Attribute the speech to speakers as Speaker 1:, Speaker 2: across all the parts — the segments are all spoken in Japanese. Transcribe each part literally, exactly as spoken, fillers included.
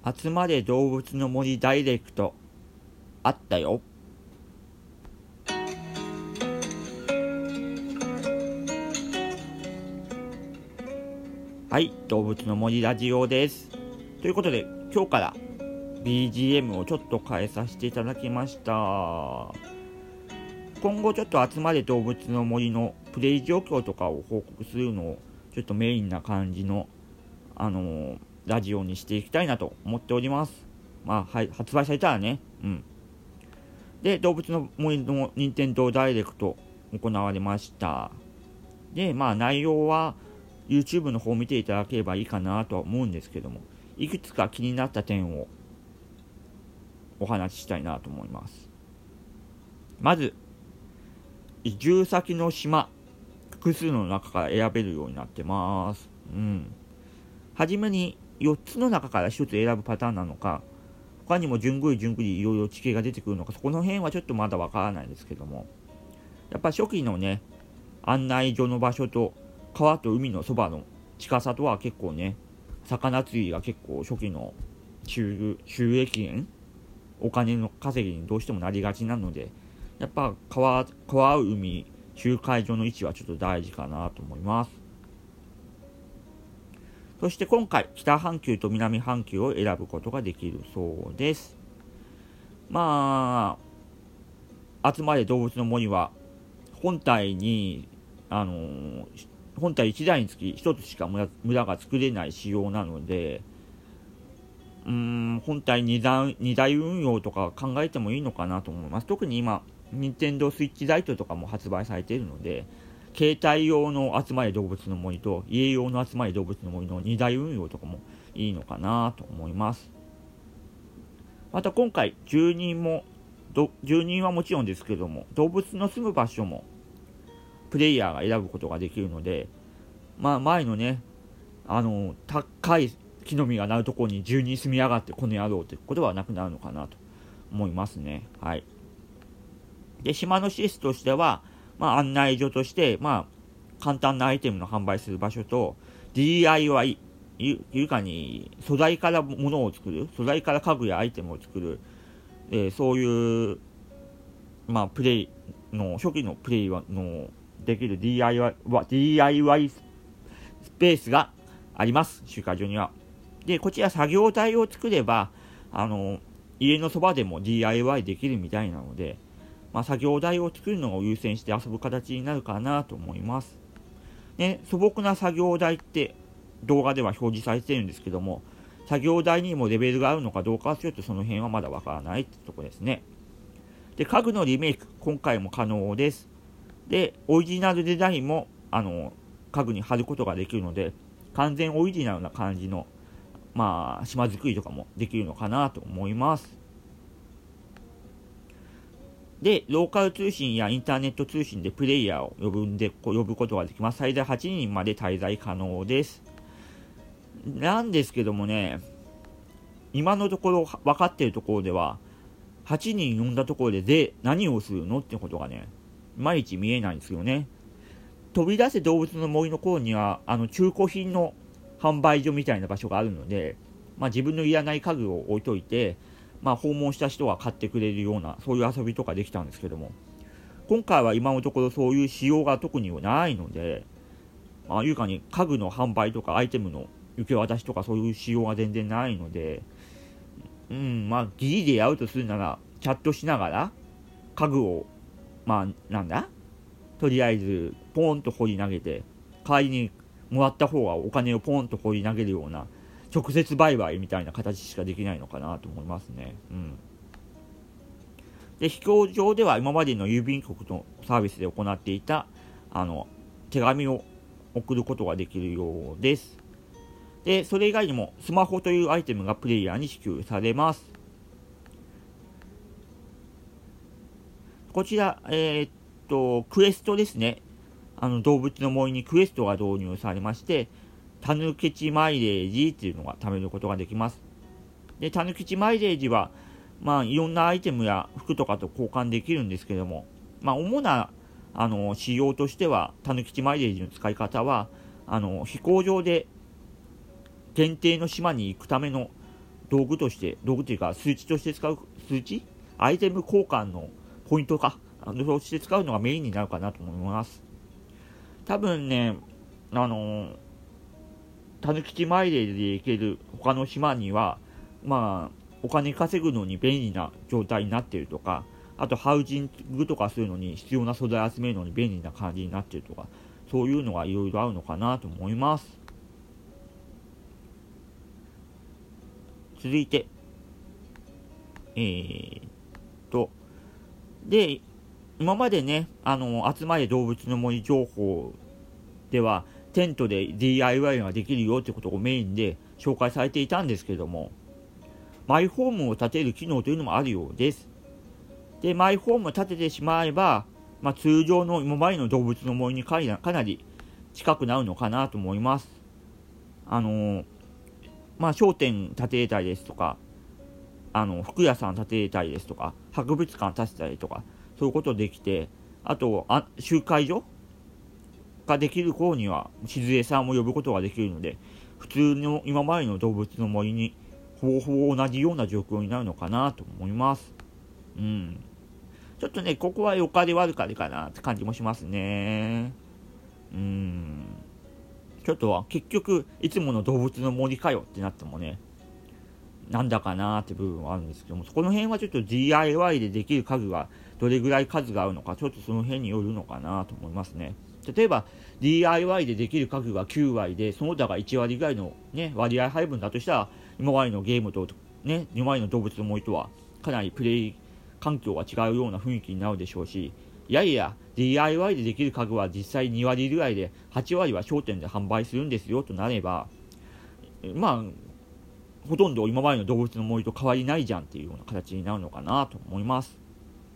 Speaker 1: 集まれ動物の森ダイレクトあったよ。はい、動物の森ラジオです。ということで今日から ビージーエム をちょっと変えさせていただきました。今後ちょっと集まれ動物の森のプレイ状況とかを報告するのをちょっとメインな感じのあのー、ラジオにしていきたいなと思っております。まあ、はい、発売されたらね。うん。で、動物の森の任天堂ダイレクト行われました。で、まあ内容は YouTube の方を見ていただければいいかなとは思うんですけども、いくつか気になった点をお話ししたいなと思います。まず、移住先の島、複数の中から選べるようになってます。うん。はじめによっつの中からひとつ選ぶパターンなのか、他にも順繰り順繰りいろいろ地形が出てくるのか、そこの辺はちょっとまだわからないですけども、やっぱ初期のね、案内所の場所と川と海のそばの近さとは結構ね、魚釣りが結構初期の 収, 収益源、お金の稼ぎにどうしてもなりがちなので、やっぱ 川, 川海集会所の位置はちょっと大事かなと思います。そして今回北半球と南半球を選ぶことができるそうです。まあ集まれ動物の森は本体にあのー、本体いちだいにつきひとつしか村が作れない仕様なので、うーん本体 2, 台にだい運用とか考えてもいいのかなと思います。特に今任天堂スイッチライトとかも発売されているので、携帯用の集まれ動物の森と家用の集まれ動物の森のにだい運用とかもいいのかなと思います。また今回住人も住人はもちろんですけども、動物の住む場所もプレイヤーが選ぶことができるので、まあ前のね、あの高い木の実がなるところに住人住みやがってこの野郎ということはなくなるのかなと思いますね。はい。で、島の施設としては、まあ、案内所として、まあ、簡単なアイテムの販売する場所と ディーアイワイ、いうかに素材から物を作る、素材から家具やアイテムを作る、えー、そういう、まあ、プレイの初期のプレイのできる ディーアイワイ, ディーアイワイ スペースがあります、集会所には。で、こちら作業台を作れば、あの家のそばでも ディーアイワイ できるみたいなので、まあ、作業台を作るのを優先して遊ぶ形になるかなと思います。ね、素朴な作業台って動画では表示されているんですけども、作業台にもレベルがあるのかどうかはちょっとその辺はまだわからないってとこですね。で、家具のリメイク、今回も可能です。で、オリジナルデザインもあの家具に貼ることができるので、完全オリジナルな感じの、まあ、島作りとかもできるのかなと思います。で、ローカル通信やインターネット通信でプレイヤーを呼ぶんで呼ぶことができます。最大はちにんまで滞在可能です。なんですけどもね、今のところ分かっているところでは、はちにん呼んだところでで何をするのってことがね、いまいち見えないんですよね。飛び出せ動物の森の頃には、あの中古品の販売所みたいな場所があるので、まあ、自分のいらない家具を置いといて、まあ、訪問した人が買ってくれるような、そういう遊びとかできたんですけども、今回は今のところそういう仕様が特にないので、まあ、いうかに家具の販売とかアイテムの受け渡しとかそういう仕様が全然ないので、うん、まあ、ギリでやるとするなら、チャットしながら、家具を、まあ、なんだとりあえず、ポーンと放り投げて、代わりにもらった方がお金をポーンと放り投げるような、直接売買みたいな形しかできないのかなと思いますね。うん。で、飛行場では今までの郵便局のサービスで行っていた、あの、手紙を送ることができるようです。で、それ以外にもスマホというアイテムがプレイヤーに支給されます。こちら、えー、っと、クエストですね。あの、動物の森にクエストが導入されまして、タヌケチマイレージっていうのが貯めることができます。で、タヌケチマイレージは、まあ、いろんなアイテムや服とかと交換できるんですけども、まあ、主な、あの、仕様としては、タヌケチマイレージの使い方は、あの、飛行場で、限定の島に行くための、 道具として、道具というか数値として使う、数値アイテム交換のポイントか、として使うのがメインになるかなと思います。多分ね、あのたぬきちマイレージで行ける他の島には、まあ、お金稼ぐのに便利な状態になっているとか、あとハウジングとかするのに必要な素材集めるのに便利な感じになっているとか、そういうのがいろいろあるのかなと思います。続いて、えー、っと、で、今までね、あの、集まれ動物の森情報では、テントで ディーアイワイ ができるよということをメインで紹介されていたんですけども、マイホームを建てる機能というのもあるようです。で、マイホームを建ててしまえば、まあ、通常の今までの動物の森にかなり近くなるのかなと思います。あのー、まあ、商店建てたりですとか、あの服屋さん建てたりですとか、博物館建てたりとか、そういうことできて、あとあ集会所ができる頃には静江さんも呼ぶことができるので、普通の今までの動物の森にほぼほぼ同じような状況になるのかなと思います。うん。ちょっとね、ここは良かれ悪かれかなって感じもしますね。うん。ちょっとは結局いつもの動物の森かよってなってもね、なんだかなーって部分はあるんですけども、そこの辺はちょっと ディーアイワイ でできる家具がどれぐらい数が合うのか、ちょっとその辺によるのかなと思いますね。例えば ディーアイワイ でできる家具がきゅうわりで、その他がいちわりぐらいの、ね、割合配分だとしたら、今までのゲームと、ね、今までの動物の森とはかなりプレイ環境が違うような雰囲気になるでしょうし、いやいや ディーアイワイ でできる家具は実際にわりぐらいではちわりは商店で販売するんですよとなれば、まあほとんど今までの動物の森と変わりないじゃんっていうような形になるのかなと思います。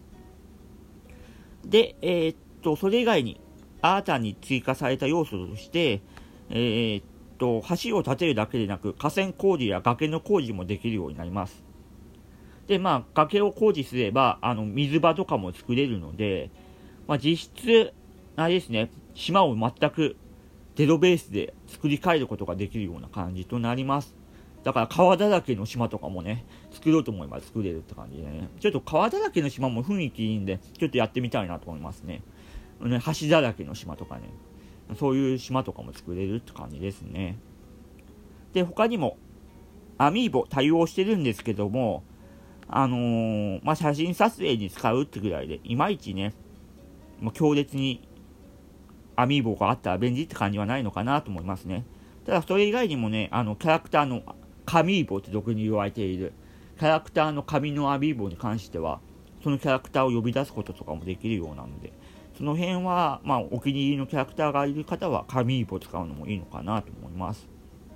Speaker 1: で、えー、っとそれ以外に新たに追加された要素として、えー、っと橋を建てるだけでなく河川工事や崖の工事もできるようになります。で、まあ崖を工事すればあの水場とかも作れるので、まあ、実質あれですね、島を全くゼロベースで作り変えることができるような感じとなります。だから川だらけの島とかもね、作ろうと思えば作れるって感じでね、ちょっと川だらけの島も雰囲気いいんで、ちょっとやってみたいなと思いますね。ね、橋だらけの島とかね、そういう島とかも作れるって感じですね。で、他にもアミーボ対応してるんですけども、あのー、まあ、写真撮影に使うってぐらいで、いまいちね、もう強烈にアミーボがあったら便利って感じはないのかなと思いますね。ただそれ以外にもね、あのキャラクターのカミーボって俗に言われているキャラクターの紙のアミーボに関しては、そのキャラクターを呼び出すこととかもできるようなので、その辺は、まあ、お気に入りのキャラクターがいる方はカミーボを使うのもいいのかなと思います。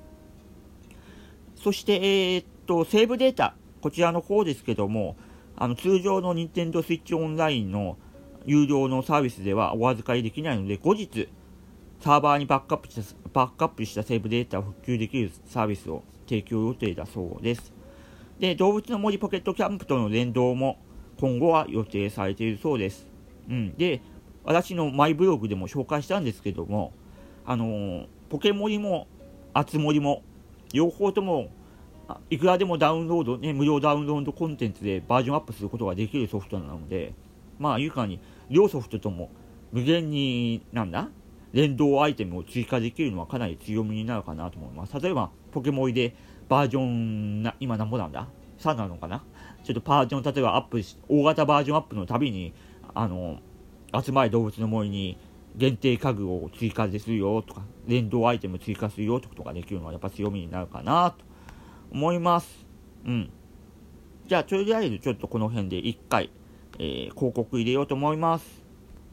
Speaker 1: そして、えー、っとセーブデータ、こちらの方ですけども、あの通常の Nintendo Switch オンラインの有料のサービスではお預かりできないので、後日サーバーにバックアップしたバックアップしたセーブデータを復旧できるサービスを提供予定だそうです。で、動物の森ポケットキャンプとの連動も今後は予定されているそうです。うん、で、私のマイブログでも紹介したんですけども、あのー、ポケモリもあつ森も両方ともいくらでもダウンロード、ね、無料ダウンロードコンテンツでバージョンアップすることができるソフトなので、まあ、いうかに両ソフトとも無限になんだ連動アイテムを追加できるのはかなり強みになるかなと思います。例えばポケモリでバージョンな今何ぼなんださんなのかな、ちょっとバージョン例えばアップし大型バージョンアップのたびにあの集まり動物の森に限定家具を追加でするよとか連動アイテム追加するよってことができるのはやっぱ強みになるかなと思います。うん。じゃあとりあえずちょっとこの辺でいっかい、えー、広告入れようと思います。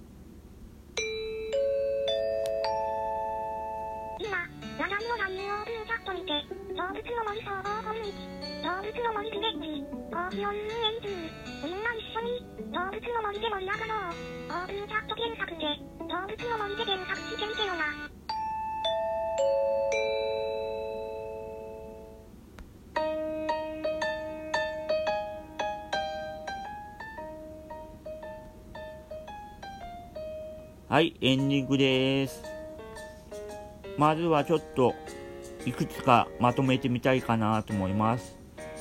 Speaker 2: 今、話題のランニューオープンチャットにて動物の森総合コミュニティ動物の森ビレッジ講義を運営中。みんな一緒に動物の森で盛り上がろう。オープンチャット検索で動物の森で検索してみてよな。
Speaker 1: はい、エンディングです。まずはちょっといくつかまとめてみたいかなと思います。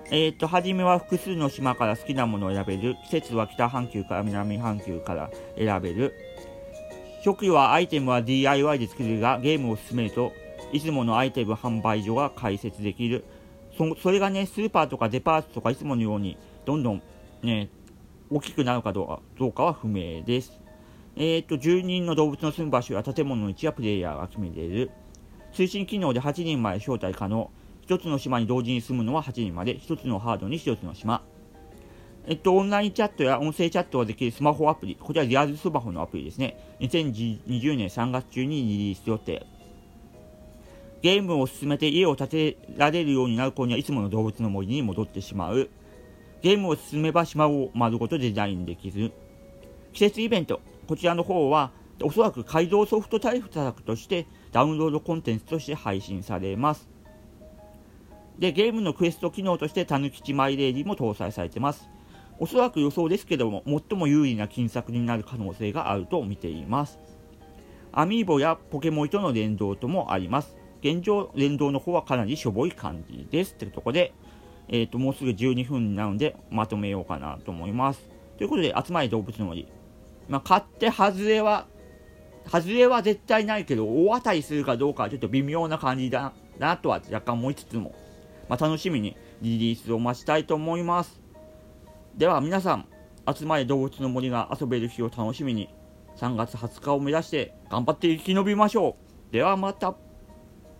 Speaker 1: えっと、はじめは複数の島から好きなものを選べる。季節は北半球から南半球から選べる。初期はアイテムは ディーアイワイ で作るが、ゲームを進めるといつものアイテム販売所が開設できる。 そ, それがね、スーパーとかデパートとかいつものようにどんどんね大きくなるかどうかどうかは不明です。えっとじゅうにんの動物の住む場所や建物の位置はプレイヤーが決めれる。推進機能ではちにんまで招待可能。ひとつの島に同時に住むのははちにんまで。ひとつのハードにひとつの島。えっと、オンラインチャットや音声チャットができるスマホアプリ。こちらリアルスマホのアプリですね。にせんにじゅうねんさんがつ中にリリース予定。ゲームを進めて家を建てられるようになる頃にはいつもの動物の森に戻ってしまう。ゲームを進めば島を丸ごとデザインできる。季節イベント。こちらの方はおそらく改造ソフト対策としてダウンロードコンテンツとして配信されます。で、ゲームのクエスト機能としてタヌキチマイレージも搭載されています。おそらく予想ですけども、最も有利な金策になる可能性があると見ています。アミーボやポケモンとの連動ともあります。現状、連動の方はかなりしょぼい感じです。というところで、えーと、もうすぐじゅうにふんになるので、まとめようかなと思います。ということで、集まり動物の森。まあ、買って外れは、外れは絶対ないけど、大当たりするかどうかはちょっと微妙な感じだなとは若干思いつつも、まあ、楽しみにリリースを待ちたいと思います。では皆さん、集まり動物の森が遊べる日を楽しみにさんがつはつかを目指して頑張って生き延びましょう。ではまた。